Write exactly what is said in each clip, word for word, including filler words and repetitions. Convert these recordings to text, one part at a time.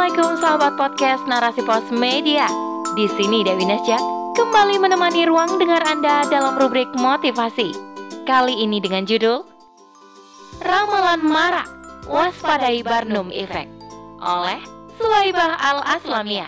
Assalamualaikum sahabat podcast Narasi Pos Media. Di sini Dewi Nasjak kembali menemani ruang dengar Anda dalam rubrik motivasi. Kali ini dengan judul Ramalan Marak, Waspadai Barnum Effect oleh Suwaibah Al-Aslamiyah.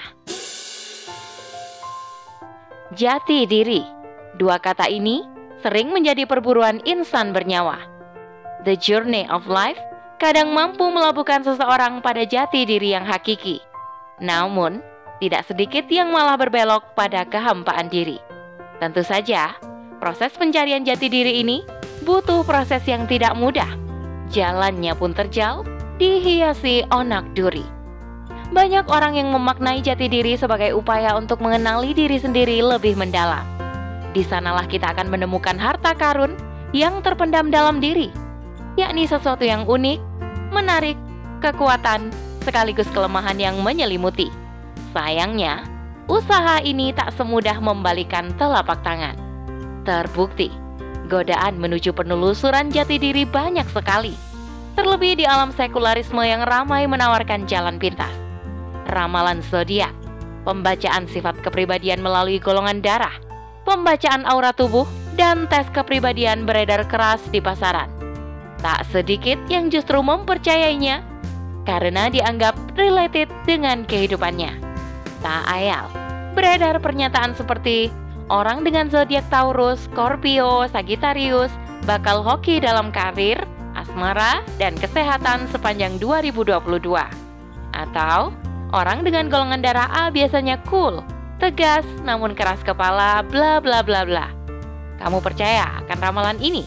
Jati diri. Dua kata ini sering menjadi perburuan insan bernyawa. The journey of life kadang mampu melabuhkan seseorang pada jati diri yang hakiki. Namun, tidak sedikit yang malah berbelok pada kehampaan diri. Tentu saja, proses pencarian jati diri ini butuh proses yang tidak mudah. Jalannya pun terjal, dihiasi onak duri. Banyak orang yang memaknai jati diri sebagai upaya untuk mengenali diri sendiri lebih mendalam. Di sanalah kita akan menemukan harta karun yang terpendam dalam diri, yakni sesuatu yang unik, menarik, kekuatan, sekaligus kelemahan yang menyelimuti. Sayangnya, usaha ini tak semudah membalikan telapak tangan. Terbukti, godaan menuju penelusuran jati diri banyak sekali, terlebih di alam sekularisme yang ramai menawarkan jalan pintas. Ramalan zodiak, pembacaan sifat kepribadian melalui golongan darah, pembacaan aura tubuh, dan tes kepribadian beredar keras di pasaran. Tak sedikit yang justru mempercayainya karena dianggap related dengan kehidupannya. Tak ayal, beredar pernyataan seperti orang dengan zodiak Taurus, Scorpio, Sagittarius bakal hoki dalam karir, asmara, dan kesehatan sepanjang dua ribu dua puluh dua. Atau orang dengan golongan darah A biasanya cool, tegas, namun keras kepala, bla bla bla bla. Kamu percaya akan ramalan ini?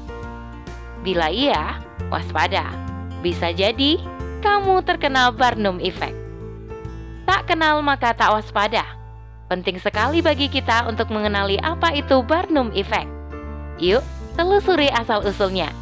Bila iya, waspada. Bisa jadi kamu terkena Barnum Effect. Tak kenal maka tak waspada. Penting sekali bagi kita untuk mengenali apa itu Barnum Effect. Yuk, telusuri asal-usulnya.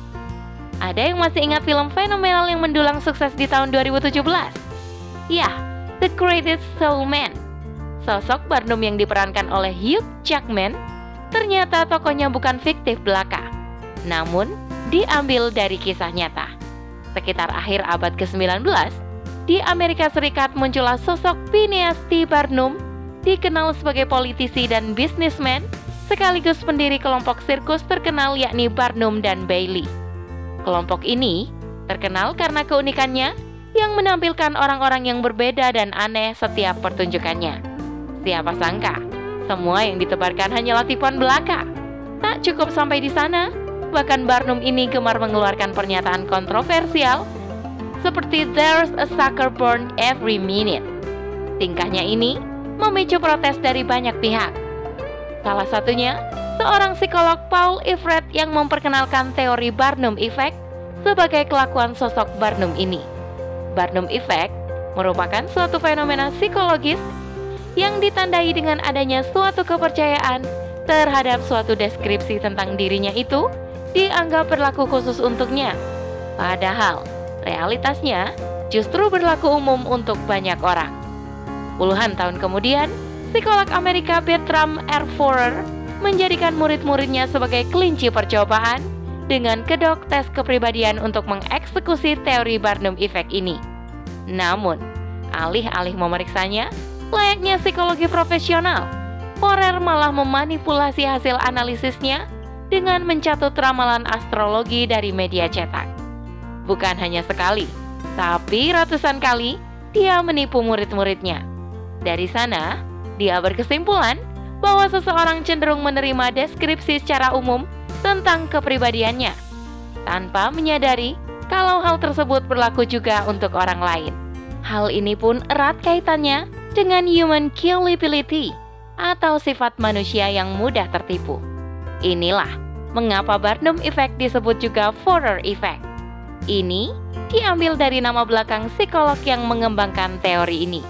Ada yang masih ingat film fenomenal yang mendulang sukses di tahun dua ribu tujuh belas? Ya, The Greatest Showman. Sosok Barnum yang diperankan oleh Hugh Jackman ternyata tokohnya bukan fiktif belaka, namun diambil dari kisah nyata. Sekitar akhir abad ke sembilan belas, di Amerika Serikat muncullah sosok Phineas T. Barnum, dikenal sebagai politisi dan bisnismen, sekaligus pendiri kelompok sirkus terkenal yakni Barnum dan Bailey. Kelompok ini terkenal karena keunikannya yang menampilkan orang-orang yang berbeda dan aneh setiap pertunjukannya. Siapa sangka, semua yang ditebarkan hanyalah tipuan belaka. Tak cukup sampai di sana, bahkan Barnum ini gemar mengeluarkan pernyataan kontroversial seperti "There's a sucker born every minute". Tingkahnya ini memicu protes dari banyak pihak. Salah satunya, seorang psikolog Paul Everett yang memperkenalkan teori Barnum Effect sebagai kelakuan sosok Barnum ini. Barnum Effect merupakan suatu fenomena psikologis yang ditandai dengan adanya suatu kepercayaan terhadap suatu deskripsi tentang dirinya itu dianggap berlaku khusus untuknya. Padahal, realitasnya justru berlaku umum untuk banyak orang. Puluhan tahun kemudian, psikolog Amerika Bertram R. Forer menjadikan murid-muridnya sebagai kelinci percobaan dengan kedok tes kepribadian untuk mengeksekusi teori Barnum Effect ini. Namun, alih-alih memeriksanya layaknya psikologi profesional, Forer malah memanipulasi hasil analisisnya dengan mencatut ramalan astrologi dari media cetak. Bukan hanya sekali, tapi ratusan kali dia menipu murid-muridnya. Dari sana, dia berkesimpulan bahwa seseorang cenderung menerima deskripsi secara umum tentang kepribadiannya, tanpa menyadari kalau hal tersebut berlaku juga untuk orang lain. Hal ini pun erat kaitannya dengan human gullibility atau sifat manusia yang mudah tertipu. Inilah mengapa Barnum Effect disebut juga Forer Effect. Ini diambil dari nama belakang psikolog yang mengembangkan teori ini.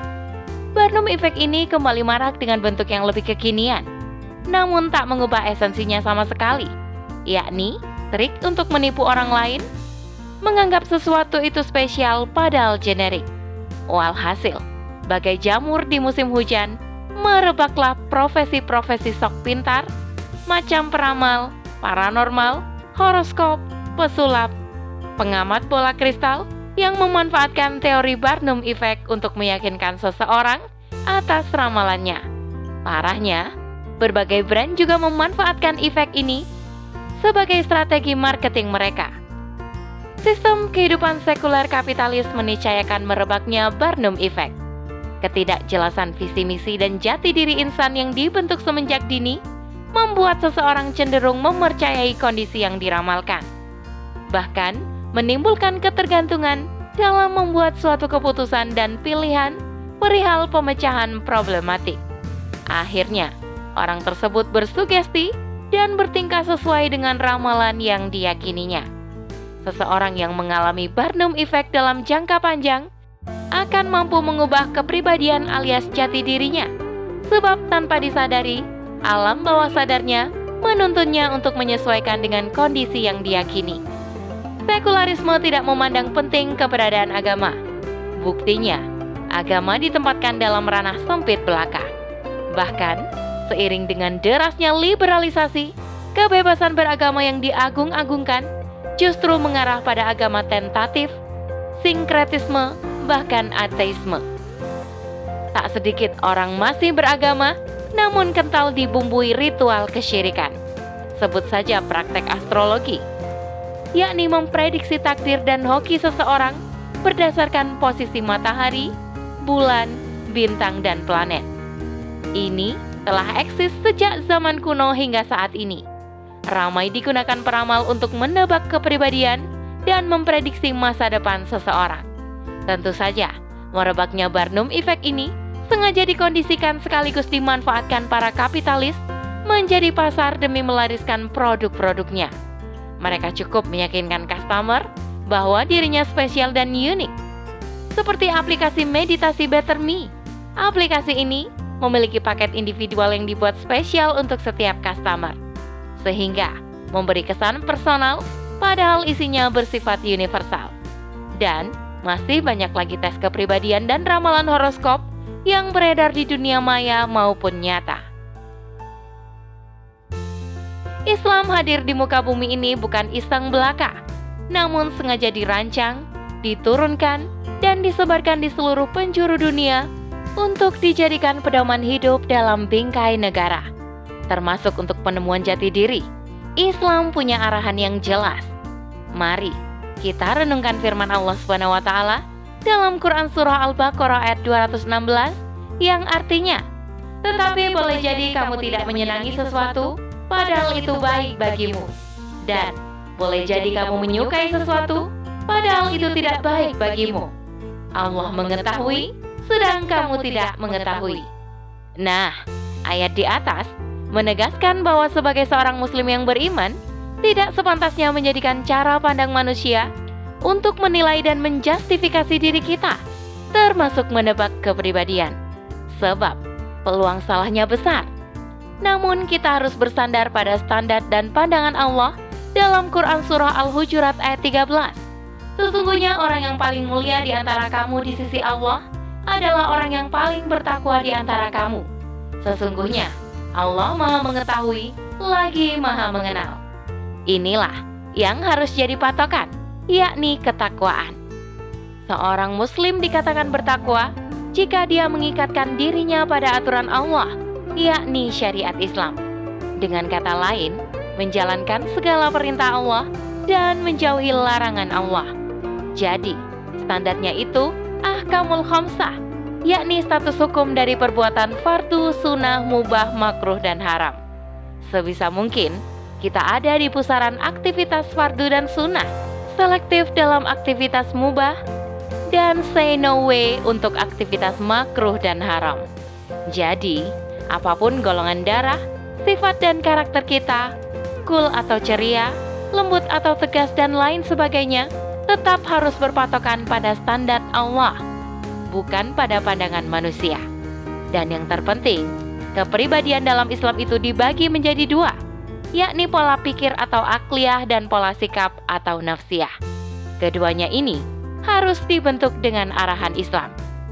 Barnum Effect ini kembali marak dengan bentuk yang lebih kekinian, namun tak mengubah esensinya sama sekali, yakni trik untuk menipu orang lain, menganggap sesuatu itu spesial padahal generik. Walhasil, bagai jamur di musim hujan, merebaklah profesi-profesi sok pintar, macam peramal, paranormal, horoskop, pesulap, pengamat bola kristal, yang memanfaatkan teori Barnum Effect untuk meyakinkan seseorang atas ramalannya. Parahnya, berbagai brand juga memanfaatkan efek ini sebagai strategi marketing mereka. Sistem kehidupan sekuler kapitalis meniscayakan merebaknya Barnum Effect. Ketidakjelasan visi misi dan jati diri insan yang dibentuk semenjak dini membuat seseorang cenderung mempercayai kondisi yang diramalkan. Bahkan, menimbulkan ketergantungan dalam membuat suatu keputusan dan pilihan perihal pemecahan problematik. Akhirnya, orang tersebut bersugesti dan bertingkah sesuai dengan ramalan yang diyakininya. Seseorang yang mengalami Barnum Effect dalam jangka panjang akan mampu mengubah kepribadian alias jati dirinya, sebab tanpa disadari, alam bawah sadarnya menuntunnya untuk menyesuaikan dengan kondisi yang diyakini. Sekularisme tidak memandang penting keberadaan agama. Buktinya, agama ditempatkan dalam ranah sempit belaka. Bahkan, seiring dengan derasnya liberalisasi, kebebasan beragama yang diagung-agungkan justru mengarah pada agama tentatif, sinkretisme, bahkan ateisme. Tak sedikit orang masih beragama, namun kental dibumbui ritual kesyirikan. Sebut saja praktek astrologi, yakni memprediksi takdir dan hoki seseorang berdasarkan posisi matahari, bulan, bintang, dan planet. Ini telah eksis sejak zaman kuno hingga saat ini. Ramai digunakan peramal untuk menebak kepribadian dan memprediksi masa depan seseorang. Tentu saja, merebaknya Barnum Effect ini sengaja dikondisikan sekaligus dimanfaatkan para kapitalis menjadi pasar demi melariskan produk-produknya. Mereka cukup meyakinkan customer bahwa dirinya spesial dan unik. Seperti aplikasi meditasi Better Me. Aplikasi ini memiliki paket individual yang dibuat spesial untuk setiap customer, sehingga memberi kesan personal padahal isinya bersifat universal. Dan masih banyak lagi tes kepribadian dan ramalan horoskop yang beredar di dunia maya maupun nyata. Islam hadir di muka bumi ini bukan iseng belaka, namun sengaja dirancang, diturunkan, dan disebarkan di seluruh penjuru dunia untuk dijadikan pedoman hidup dalam bingkai negara, termasuk untuk penemuan jati diri. Islam punya arahan yang jelas. Mari kita renungkan firman Allah subhanahu wa taala dalam Quran Surah Al-Baqarah ayat dua ratus enam belas yang artinya, "Tetapi boleh jadi kamu tidak menyenangi sesuatu padahal itu baik bagimu, dan boleh jadi kamu menyukai sesuatu padahal itu tidak baik bagimu. Allah mengetahui sedang kamu tidak mengetahui." Nah, ayat di atas menegaskan bahwa sebagai seorang muslim yang beriman, tidak sepantasnya menjadikan cara pandang manusia untuk menilai dan menjustifikasi diri kita, termasuk menebak kepribadian. Sebab peluang salahnya besar. Namun kita harus bersandar pada standar dan pandangan Allah dalam Quran Surah Al-Hujurat ayat tiga belas. "Sesungguhnya orang yang paling mulia di antara kamu di sisi Allah adalah orang yang paling bertakwa di antara kamu. Sesungguhnya Allah Maha Mengetahui lagi Maha Mengenal." Inilah yang harus jadi patokan, yakni ketakwaan. Seorang muslim dikatakan bertakwa jika dia mengikatkan dirinya pada aturan Allah, yakni syariat Islam. Dengan kata lain, menjalankan segala perintah Allah dan menjauhi larangan Allah. Jadi, standarnya itu ahkamul khamsah, yakni status hukum dari perbuatan fardu, sunnah, mubah, makruh, dan haram. Sebisa mungkin, kita ada di pusaran aktivitas fardu dan sunnah, selektif dalam aktivitas mubah, dan say no way untuk aktivitas makruh dan haram. Jadi, apapun golongan darah, sifat dan karakter kita, cool atau ceria, lembut atau tegas, dan lain sebagainya, tetap harus berpatokan pada standar Allah, bukan pada pandangan manusia. Dan yang terpenting, kepribadian dalam Islam itu dibagi menjadi dua, yakni pola pikir atau akliyah dan pola sikap atau nafsiyah. Keduanya ini harus dibentuk dengan arahan Islam.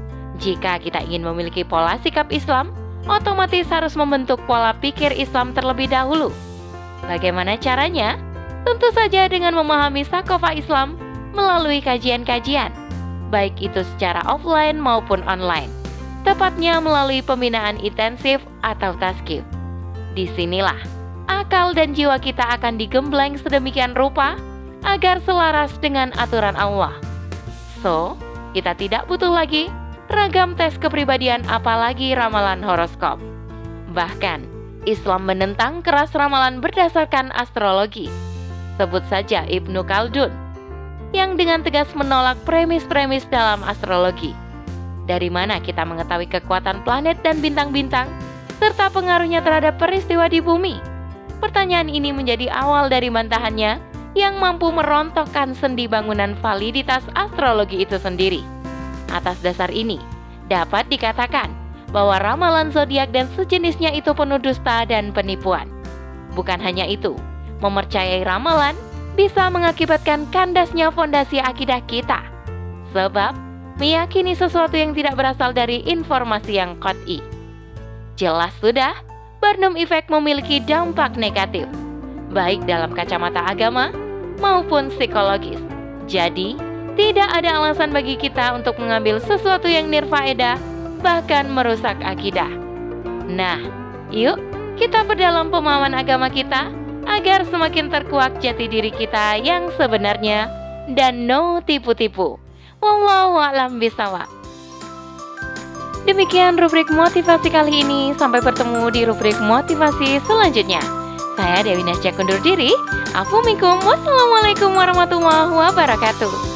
Jika kita ingin memiliki pola sikap Islam, otomatis harus membentuk pola pikir Islam terlebih dahulu. Bagaimana caranya? Tentu saja dengan memahami sakofah Islam melalui kajian-kajian, baik itu secara offline maupun online, tepatnya melalui pembinaan intensif atau taskif. Disinilah akal dan jiwa kita akan digembleng sedemikian rupa agar selaras dengan aturan Allah. So, kita tidak butuh lagi ragam tes kepribadian apalagi ramalan horoskop. Bahkan, Islam menentang keras ramalan berdasarkan astrologi. Sebut saja Ibnu Khaldun, yang dengan tegas menolak premis-premis dalam astrologi. Dari mana kita mengetahui kekuatan planet dan bintang-bintang, serta pengaruhnya terhadap peristiwa di bumi? Pertanyaan ini menjadi awal dari bantahannya yang mampu merontokkan sendi bangunan validitas astrologi itu sendiri. Atas dasar ini, dapat dikatakan bahwa ramalan zodiak dan sejenisnya itu penuh dusta dan penipuan. Bukan hanya itu, mempercayai ramalan bisa mengakibatkan kandasnya fondasi akidah kita. Sebab, meyakini sesuatu yang tidak berasal dari informasi yang qat'i. Jelas sudah, Barnum Effect memiliki dampak negatif, baik dalam kacamata agama maupun psikologis. Jadi, tidak ada alasan bagi kita untuk mengambil sesuatu yang nirfaedah, bahkan merusak akidah. Nah, yuk kita perdalam pemahaman agama kita agar semakin terkuak jati diri kita yang sebenarnya dan no tipu-tipu. Wallahu a'lam bishawab. Demikian rubrik motivasi kali ini. Sampai bertemu di rubrik motivasi selanjutnya. Saya Dewi Nasjak undur diri. Assalamualaikum warahmatullahi wabarakatuh.